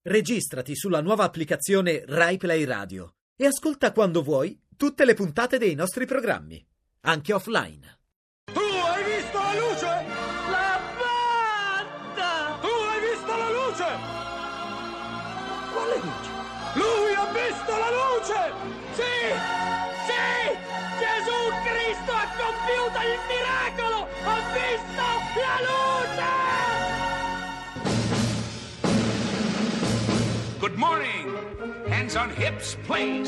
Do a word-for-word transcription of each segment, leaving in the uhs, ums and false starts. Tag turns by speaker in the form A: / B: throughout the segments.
A: Registrati sulla nuova applicazione Rai Play Radio e ascolta quando vuoi tutte le puntate dei nostri programmi, anche offline.
B: Tu hai visto la luce?
C: L'ha fatta!
B: Tu hai visto la luce?
C: Quale luce?
B: Lui ha visto la luce!
C: Sì! Sì! Gesù Cristo ha compiuto il miracolo! Ha visto la luce!
D: Good morning. Hands on hips, please.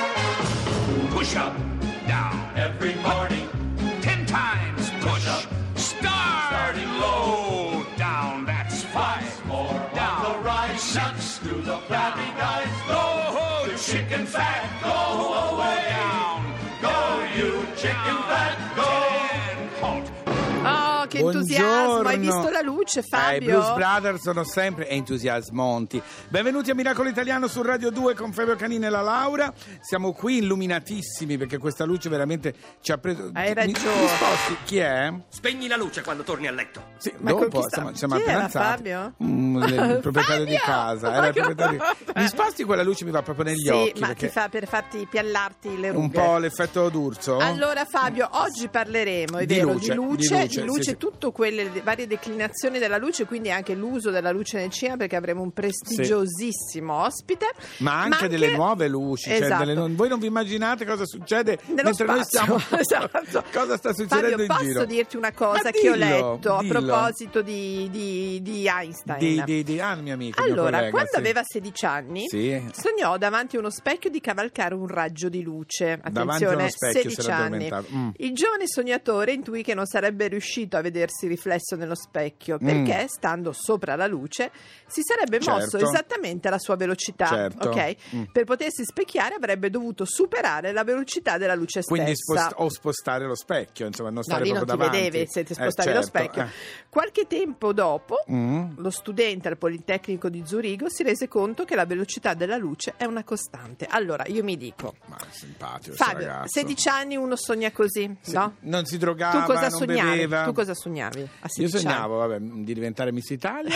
D: Push up, down.
B: Every morning.
D: Ten times push.
B: Push up.
D: Start.
B: Starting
D: low. Down. That's five.
B: More
D: Down.
B: on the right.
D: Six.
B: To the flabby guys.
D: Go.
B: The chicken fat. Go away.
D: Down.
B: Go, you chicken fat. Go.
D: Ten. Halt.
C: Oh, che entusiasmo! Hai visto la luce, Fabio?
E: Eh, I Blues Brothers sono sempre entusiasmonti. Benvenuti a Miracolo Italiano su Radio due con Fabio Canini e la Laura. Siamo qui illuminatissimi perché questa luce veramente ci ha preso.
C: Hai ragione.
E: Mi, mi sposti? Chi è?
F: Spegni la luce quando torni a letto.
E: Sì,
C: Ma con
E: dopo
C: chi sta-
E: siamo, siamo
C: chi
E: appena
C: era,
E: alzati.
C: Fabio?
E: Mm, il proprietario di
C: Fabio!
E: casa. Era il proprietario. Mi sposti, quella luce mi va proprio negli
C: Sì,
E: occhi.
C: ma
E: perché
C: ti fa per farti piallarti le rughe.
E: un po' l'effetto d'urso.
C: Allora Fabio, oggi parleremo, è
E: Di
C: vero,
E: luce,
C: di luce,
E: di luce,
C: di luce,
E: sì, sì.
C: tutto quelle le varie declinazioni della luce, quindi anche l'uso della luce nel cinema, perché avremo un prestigiosissimo ospite.
E: Ma anche delle nuove luci, cioè
C: Esatto.
E: delle, voi non vi immaginate cosa succede
C: Nello
E: mentre noi
C: spazio.
E: stiamo
C: Esatto.
E: cosa sta succedendo
C: Fabio,
E: in
C: posso
E: giro?
C: dirti una cosa
E: Ma
C: che ho
E: dillo,
C: letto a
E: dillo.
C: proposito di, di, di Einstein?
E: Di, di, di, ah, il mio amico, il mio
C: Allora,
E: collega,
C: quando
E: sì.
C: aveva sedici anni,
E: Sì.
C: sognò davanti a uno specchio di cavalcare un raggio di luce.
E: Davanti a
C: Attenzione,
E: uno specchio si
C: sedici
E: era
C: anni.
E: addormentato. Mm.
C: Il giovane sognatore intuì che non sarebbe riuscito a vedersi riflesso nello specchio perché, stando sopra la luce, si sarebbe mosso
E: Certo.
C: esattamente alla sua velocità.
E: Certo.
C: Ok?
E: Mm.
C: Per potersi specchiare avrebbe dovuto superare la velocità della luce
E: Quindi
C: stessa.
E: spost- o spostare lo specchio, insomma, non
C: No,
E: stare
C: lì non ti
E: proprio davanti.
C: vedevi se ti
E: Eh,
C: spostavi lo
E: certo,
C: specchio.
E: eh.
C: Qualche tempo dopo,
E: Mm.
C: lo studente al Politecnico di Zurigo si rese conto che la velocità della luce è una costante. Allora, io mi dico,
E: Ma è simpatico questo
C: Fabio,
E: ragazzo.
C: sedici anni uno sogna così,
E: Sì,
C: no?
E: non si drogava,
C: Tu cosa
E: non
C: sognavi?
E: beveva.
C: Tu cosa sognavi a
E: Io
C: sedici
E: sognavo, vabbè, di diventare Miss Italia.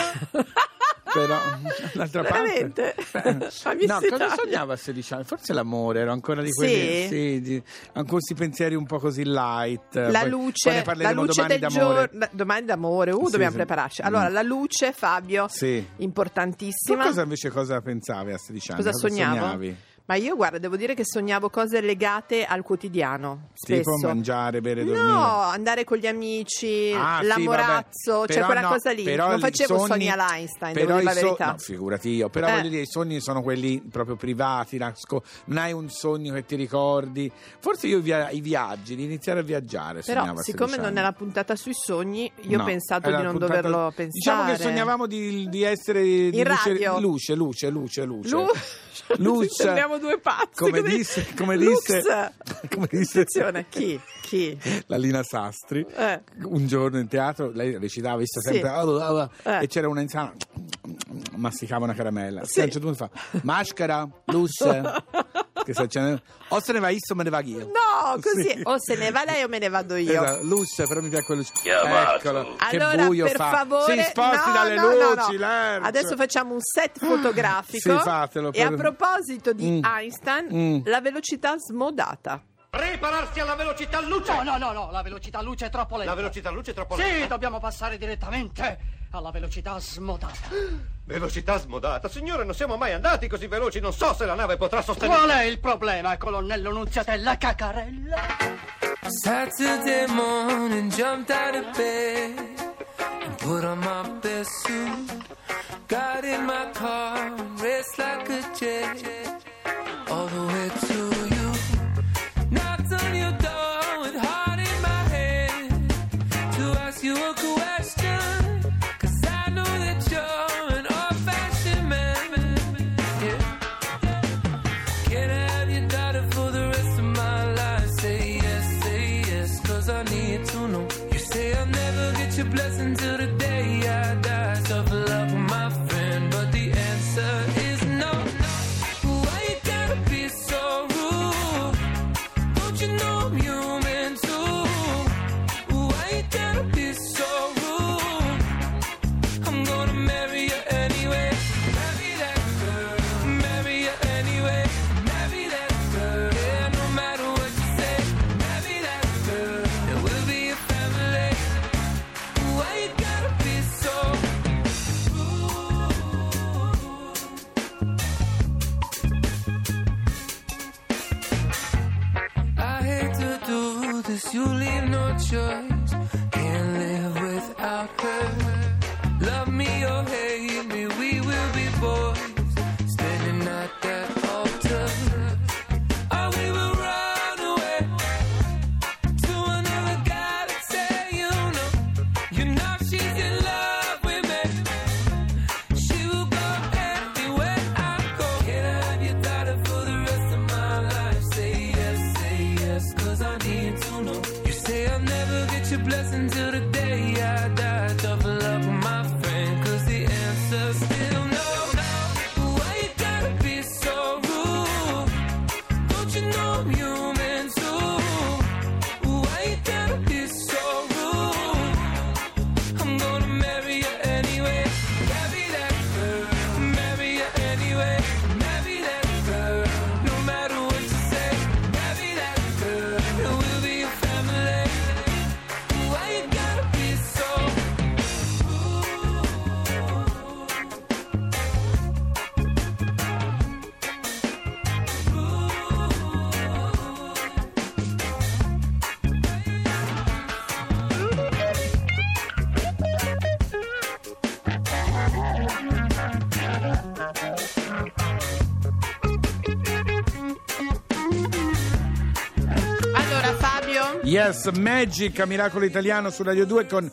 E: Però d'altra
C: Veramente?
E: parte
C: Ma Miss
E: no, cosa
C: Italia?
E: sognavo a sedici anni? Forse l'amore, ero ancora di quelli
C: Sì?
E: sì, di, ancora questi pensieri un po' così light.
C: La
E: Poi-
C: luce,
E: poi ne
C: la
E: parleremo
C: luce
E: domani
C: del
E: d'amore.
C: giorno, domani d'amore, uh,
E: Sì,
C: dobbiamo
E: sì.
C: prepararci. Allora,
E: Mm.
C: la luce, Fabio,
E: Sì. Tu
C: importantissima.
E: cosa invece cosa pensavi a sedici anni?
C: Cosa sognavo?
E: sognavi?
C: Ma io, guarda, devo dire che sognavo cose legate al quotidiano,
E: Tipo
C: spesso.
E: mangiare, bere, dormire.
C: No, andare con gli amici,
E: Ah, sì,
C: l'amorazzo,
E: vabbè.
C: cioè
E: Però
C: quella
E: no,
C: cosa lì.
E: però
C: Non
E: i
C: facevo
E: sogni-
C: sogni all'Einstein,
E: però
C: devo dire
E: i
C: la
E: so-
C: verità.
E: No, figurati io. Però
C: Eh.
E: voglio dire, i sogni sono quelli proprio privati. nasco- Non hai un sogno che ti ricordi. Forse io via- i viaggi, di iniziare a viaggiare.
C: Però,
E: sognavo a
C: siccome
E: sedici
C: non
E: anni.
C: è la puntata sui sogni, io ho
E: No,
C: pensato
E: era
C: di non
E: puntata-
C: doverlo pensare.
E: Diciamo che sognavamo di, di essere di
C: In
E: luce,
C: radio.
E: luce, luce, luce, luce.
C: Lu-
E: Luce.
C: Sembriamo due pazzi.
E: Come
C: così.
E: disse, come
C: Lux.
E: disse, come disse
C: Attenzione, chi? Chi?
E: la Lina Sastri.
C: Eh.
E: Un giorno in teatro lei recitava, vista
C: Sì.
E: sempre "Oh, oh, oh",
C: Eh.
E: e c'era una anziana masticava una caramella.
C: Sì.
E: E a un certo punto fa maschera, luce. Che se, ce ne... o se ne va io o me ne vado io.
C: No, così.
E: Sì.
C: O se ne va lei o me ne vado io.
E: Esatto, luce, però mi piace quello.
F: Chiamato.
E: Eccolo,
C: Allora,
E: che buio
C: per
E: fa.
C: favore,
E: Si sposti
C: no,
E: dalle
C: no, no,
E: luci,
C: no.
E: Lercio.
C: Adesso facciamo un set fotografico.
E: Sì, fatelo,
C: E a
E: per-
C: proposito di
E: Mm.
C: Einstein,
E: Mm.
C: la velocità smodata.
B: Prepararsi alla velocità luce!
G: No, no, no, no, la velocità luce è troppo lenta.
B: La velocità luce è troppo
G: Sì,
B: lenta.
G: dobbiamo passare direttamente alla velocità smodata.
B: Velocità smodata. Signore, non siamo mai andati così veloci. Non so se la nave potrà sostenere.
G: Qual è il problema, colonnello Nunziatella Caccarella?
H: Saturday morning, jumped out of bed and put on my best suit. Got in my car, raced like a jet all the way to you. Knocked on your door with heart in my head to ask you a question, 'cause I know that you're an old-fashioned man. Yeah. Can I have your daughter for the rest of my life? Say yes, say yes, 'cause I need to know. You say I'll never get your blessing till the day I die. Tough love, my friend, but the answer is no. guess you leave no choice. Can't live without her. Love me or hate me, we will be boys. Standing at that altar. Or we will run away to another galaxy, you know. You know she's in love with me. She will go everywhere I go. Can I have your daughter for the rest of my life? Say yes, say yes, cause I need to know. You say I'll never get your blessing till the day I die. Double up, my friend, cause the answer's still no. Why you gotta be so rude? Don't you know I'm human too? Why you gotta be so rude? I'm gonna marry you anyway. Marry that girl. Marry you anyway. Marry that girl. No matter what you say. Marry that girl. We'll be your family. Why you gotta be so
C: Allora Fabio,
E: Yes, Magic a Miracolo Italiano su Radio due con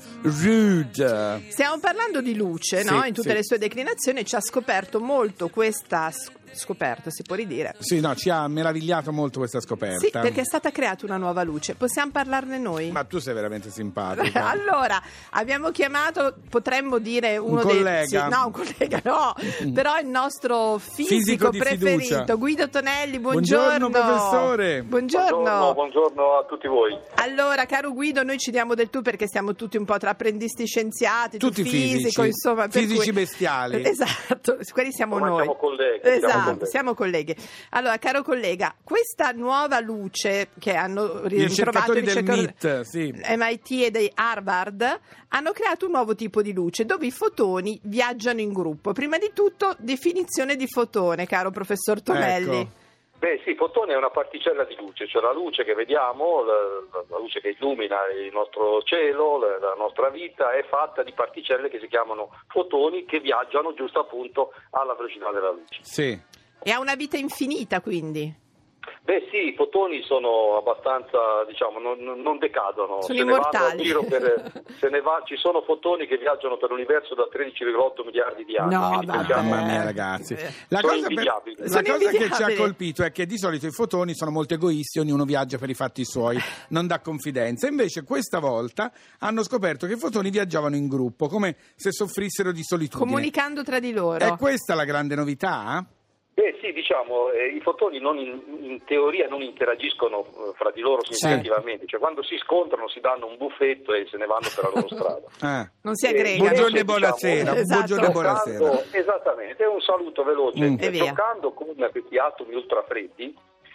E: Rude.
C: stiamo parlando di luce, no?
E: Sì,
C: In tutte
E: sì.
C: le sue declinazioni ci ha scoperto molto questa s- scoperta, si può ridire.
E: Sì, no, ci ha meravigliato molto questa scoperta.
C: Sì, perché è stata creata una nuova luce. Possiamo parlarne noi?
E: Ma tu sei veramente simpatica.
C: Allora, abbiamo chiamato, potremmo dire uno
E: Un
C: dei
E: collega.
C: sì, no, un collega no, però il nostro fisico,
E: Fisico di
C: preferito,
E: fiducia.
C: Guido Tonelli, buongiorno.
E: Buongiorno, professore.
C: Buongiorno.
B: Buongiorno, buongiorno a tutti voi.
C: Allora, caro Guido, noi ci diamo del tu perché siamo tutti un po' tra apprendisti scienziati, tu
E: Tutti
C: fisico,
E: fisici.
C: insomma, per
E: Fisici
C: cui-
E: bestiali.
C: Esatto, quelli siamo
B: Ormai
C: noi.
B: siamo colleghi, siamo
C: Esatto,
B: colleghi.
C: siamo colleghi. Allora, caro collega, questa nuova luce che hanno
E: I
C: ritrovato
E: ricercatori del M I T, sì.
C: M I T e dei Harvard hanno creato un nuovo tipo di luce dove i fotoni viaggiano in gruppo. Prima di tutto, definizione di fotone, caro professor Tonelli.
E: Ecco.
B: Beh sì, fotone è una particella di luce, cioè la luce che vediamo, la, la luce che illumina il nostro cielo, la, la nostra vita è fatta di particelle che si chiamano fotoni che viaggiano giusto appunto alla velocità della luce.
E: Sì.
C: E ha una vita infinita, quindi.
B: Beh sì, i fotoni sono abbastanza, diciamo, non, non decadono.
C: Sono
B: Se ne vanno
C: immortali.
B: a giro per- se ne va, ci sono fotoni che viaggiano per l'universo da tredici virgola otto miliardi di anni.
C: No,
B: quindi
C: vabbè.
B: pensiamo-
E: Mamma mia, ragazzi. La
B: Sono
E: cosa, per-
B: invidiabili.
E: la
C: Sono
E: cosa che ci ha
C: invidiabili.
E: colpito è che di solito i fotoni sono molto egoisti, ognuno viaggia per i fatti suoi, non dà confidenza. Invece questa volta hanno scoperto che i fotoni viaggiavano in gruppo, come se soffrissero di solitudine.
C: Comunicando tra di loro.
E: È questa la grande novità?
B: Beh sì, diciamo, eh, i fotoni non in, in teoria non interagiscono eh, fra di loro significativamente, cioè quando si scontrano si danno un buffetto e se ne vanno per la loro strada.
E: Eh.
C: Non si
B: Eh,
C: aggregano.
E: Buongiorno e
B: diciamo,
E: buonasera.
C: esatto.
E: Buongiorno e buonasera.
B: Giocando- esattamente, è un saluto veloce.
E: Mm.
C: E via.
B: Giocando con questi atomi ultrafreddi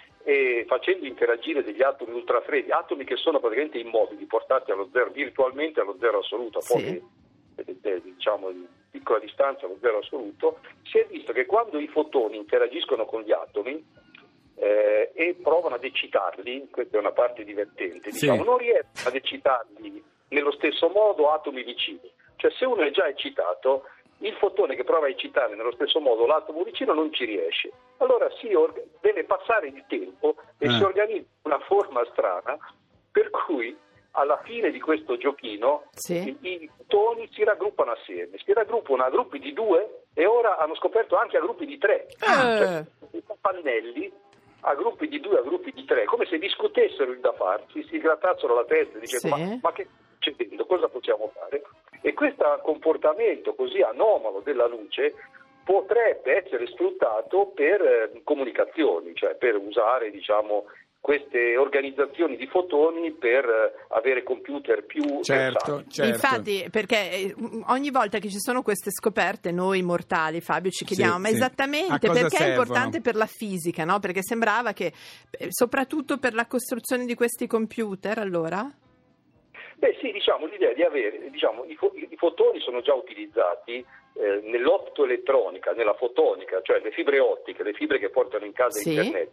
B: e facendo interagire degli atomi ultrafreddi, atomi che sono praticamente immobili, portati allo zero, virtualmente allo zero assoluto, a
C: Sì.
B: poche, eh, eh, diciamo, di piccola distanza allo zero assoluto, si è visto che quando i fotoni interagiscono con gli atomi eh, e provano ad eccitarli, questa è una parte divertente,
E: Sì.
B: diciamo, non riescono ad eccitarli nello stesso modo atomi vicini. Cioè se uno è già eccitato, il fotone che prova a eccitare nello stesso modo l'atomo vicino non ci riesce. Allora si orga- deve passare il tempo e
E: Ah.
B: si organizza una forma strana per cui alla fine di questo giochino
C: Sì.
B: i, i fotoni si raggruppano assieme, si raggruppano a gruppi di due e ora hanno scoperto anche a gruppi di tre.
C: Ah.
B: Cioè, i pannelli a gruppi di due, a gruppi di tre, come se discutessero il da farsi, si grattassero la testa e dicevano
C: Sì.
B: ma, ma che sta succedendo, cosa possiamo fare? E questo comportamento così anomalo della luce potrebbe essere sfruttato per eh, comunicazioni, cioè per usare, diciamo, queste organizzazioni di fotoni per eh, avere computer più
E: Certo,
B: versanti.
E: certo.
C: Infatti, perché eh, ogni volta che ci sono queste scoperte, noi mortali, Fabio, ci chiediamo:
E: Sì,
C: ma
E: sì.
C: esattamente
E: A cosa
C: perché è
E: servono?
C: importante per la fisica, no? Perché sembrava che, eh, soprattutto per la costruzione di questi computer, allora?
B: Beh sì, diciamo l'idea di avere, diciamo, i, fo- i fotoni sono già utilizzati eh, nell'optoelettronica, nella fotonica, cioè le fibre ottiche, le fibre che portano in casa
C: Sì.
B: internet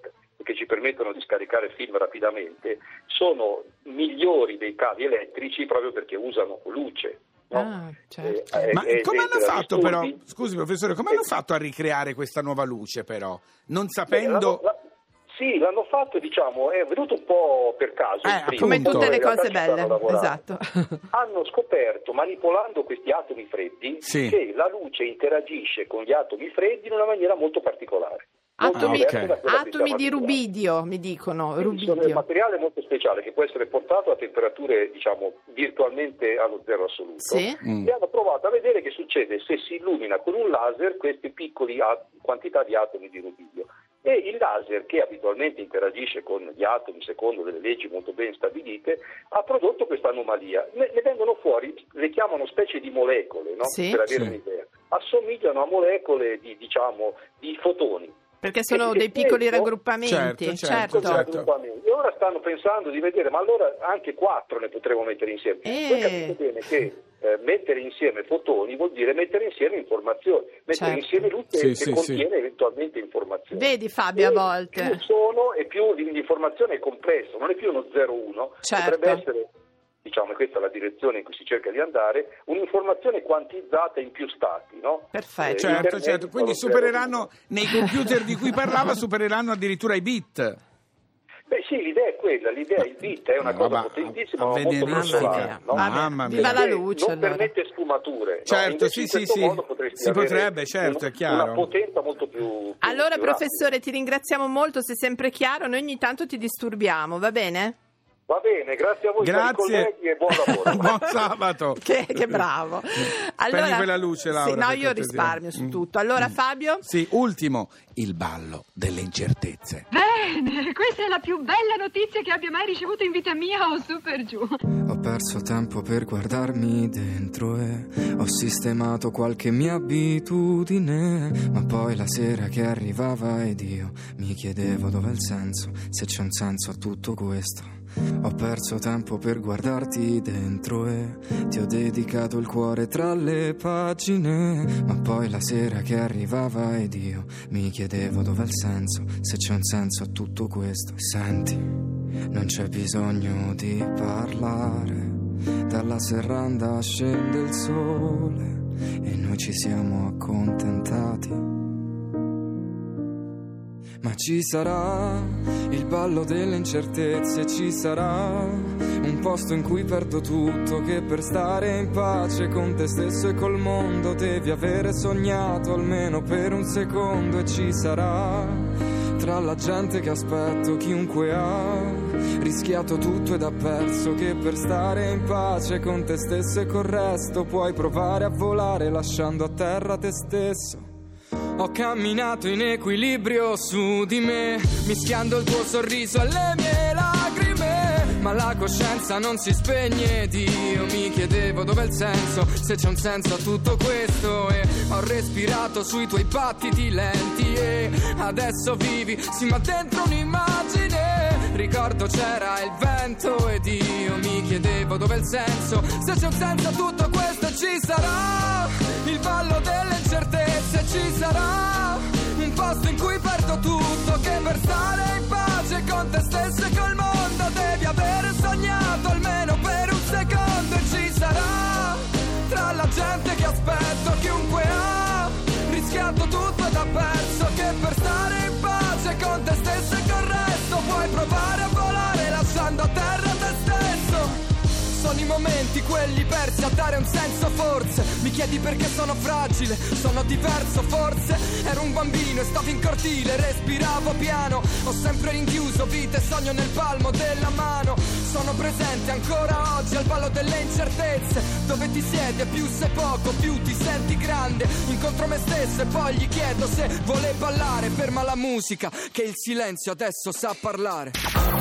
B: che ci permettono di scaricare film rapidamente, sono migliori dei cavi elettrici proprio perché usano luce. No?
C: Ah, certo.
B: eh,
E: Ma
B: eh,
E: come hanno
B: eh,
E: fatto
B: disturbi,
E: però, scusi professore, come
B: eh,
E: hanno fatto a ricreare questa nuova luce però? Non
B: eh,
E: sapendo...
B: la, la, sì, l'hanno fatto, diciamo, è venuto un po' per caso.
E: Eh,
B: primo,
C: Come in tutte le
B: in realtà
C: cose
B: ci stanno
C: belle,
B: lavorando.
C: esatto.
B: Hanno scoperto, manipolando questi atomi freddi,
E: Sì.
B: che la luce interagisce con gli atomi freddi in una maniera molto particolare. Molto
C: Atomi,
B: diversa da quella che
C: atomi
B: siamo
C: di
B: abituati.
C: rubidio, mi dicono,
B: Quindi sono un
C: rubidio.
B: materiale molto speciale che può essere portato a temperature, diciamo, virtualmente allo zero assoluto.
C: Sì.
E: Mm.
B: E hanno provato a vedere che succede se si illumina con un laser queste piccole a- quantità di atomi di rubidio. E il laser, che abitualmente interagisce con gli atomi secondo delle leggi molto ben stabilite, ha prodotto questa anomalia. Ne, ne vengono fuori, le chiamano specie di molecole, no?
C: Sì.
B: Per avere
E: Sì.
B: un'idea. Assomigliano a molecole di, diciamo, di fotoni.
C: Perché sono
B: E-
C: dei
B: e
C: piccoli
B: questo-
C: raggruppamenti,
E: Certo, certo,
C: certo.
B: Così
E: certo.
B: raggruppamenti. E ora stanno pensando di vedere, ma allora anche quattro ne potremo mettere insieme.
C: Eh.
B: Voi capite bene che eh, mettere insieme fotoni vuol dire mettere insieme informazioni, mettere
C: Certo.
B: insieme luce
E: Sì,
B: che
E: sì,
B: contiene eventualmente informazioni.
C: Vedi Fabio, a
B: E
C: volte.
B: più sono e più l'informazione è complessa, non è più uno zero uno,
C: Certo.
B: potrebbe essere, diciamo, questa è la direzione in cui si cerca di andare, un'informazione quantizzata in più stati, no?
C: Perfetto.
B: Eh,
E: Certo,
B: internet
E: certo, quindi
B: sono zero
E: supereranno, nei computer di cui parlava, supereranno addirittura i bit.
B: Beh sì, l'idea è quella, l'idea, il bit è una cosa
E: Vabbè,
B: potentissima,
E: a
B: ma molto
E: vedere
B: consolare,
C: mia.
B: no?
C: Vabbè,
E: Mamma mia.
C: viva la
B: Perché
C: luce,
B: non
C: allora.
B: permette sfumature, no?
E: Certo,
B: Invece
E: sì,
B: in
E: sì,
B: questo
E: sì.
B: modo potresti
E: Si
B: avere
E: potrebbe, certo,
B: un-
E: è chiaro.
B: una potenza molto più, più
C: Allora,
B: più
C: professore, ti ringraziamo molto, sei sempre chiaro, noi ogni tanto ti disturbiamo, va bene?
B: Va bene, grazie a voi cari
E: Grazie.
B: colleghi e buon lavoro.
E: Buon sabato.
C: Che, che bravo.
E: Spegni quella luce, Laura,
C: Sì, no,
E: per
C: io
E: cortesia.
C: risparmio su
E: Mm.
C: tutto. Allora, Fabio?
E: Sì, ultimo, il ballo delle incertezze.
I: Bene, questa è la più bella notizia che abbia mai ricevuto in vita mia o su per giù.
H: Ho perso tempo per guardarmi dentro e ho sistemato qualche mia abitudine, ma poi la sera che arrivava ed io mi chiedevo dov'è il senso, se c'è un senso a tutto questo. Ho perso tempo per guardarti dentro e ti ho dedicato il cuore tra le pagine, ma poi la sera che arrivava ed io mi chiedevo dov'è il senso, se c'è un senso a tutto questo. Senti, non c'è bisogno di parlare, dalla serranda scende il sole e noi ci siamo accontentati. Ma ci sarà il ballo delle incertezze, ci sarà un posto in cui perdo tutto, che per stare in pace con te stesso e col mondo devi avere sognato almeno per un secondo. E ci sarà tra la gente che aspetto chiunque ha rischiato tutto ed ha perso, che per stare in pace con te stesso e col resto puoi provare a volare lasciando a terra te stesso. Ho camminato in equilibrio su di me, mischiando il tuo sorriso alle mie lacrime, ma la coscienza non si spegne ed io mi chiedevo dov'è il senso, se c'è un senso a tutto questo. E ho respirato sui tuoi battiti lenti e adesso vivi, sì, ma dentro un'immagine. Ricordo c'era il vento ed io mi chiedevo dov'è il senso, se c'è un senso a tutto questo. E ci sarà il ballo delle incertezze, ci sarà un posto in cui perdo tutto, che per stare in pace con te stesso e col mondo devi avere sognato almeno per un secondo. E ci sarà tra la gente che aspetto chiunque ha rischiato tutto ed ha perso, che per stare in pace con te stesso e col resto puoi provare a volare lasciando a terra te stesso. Sono i momenti quelli persi a dare un senso forse. Mi chiedi perché sono fragile, sono diverso forse. Ero un bambino e stavo in cortile, respiravo piano. Ho sempre rinchiuso vita e sogno nel palmo della mano. Sono presente ancora oggi al ballo delle incertezze, dove ti siedi e più sei poco, più ti senti grande. Incontro me stesso e poi gli chiedo se vuole ballare. Ferma la musica che il silenzio adesso sa parlare.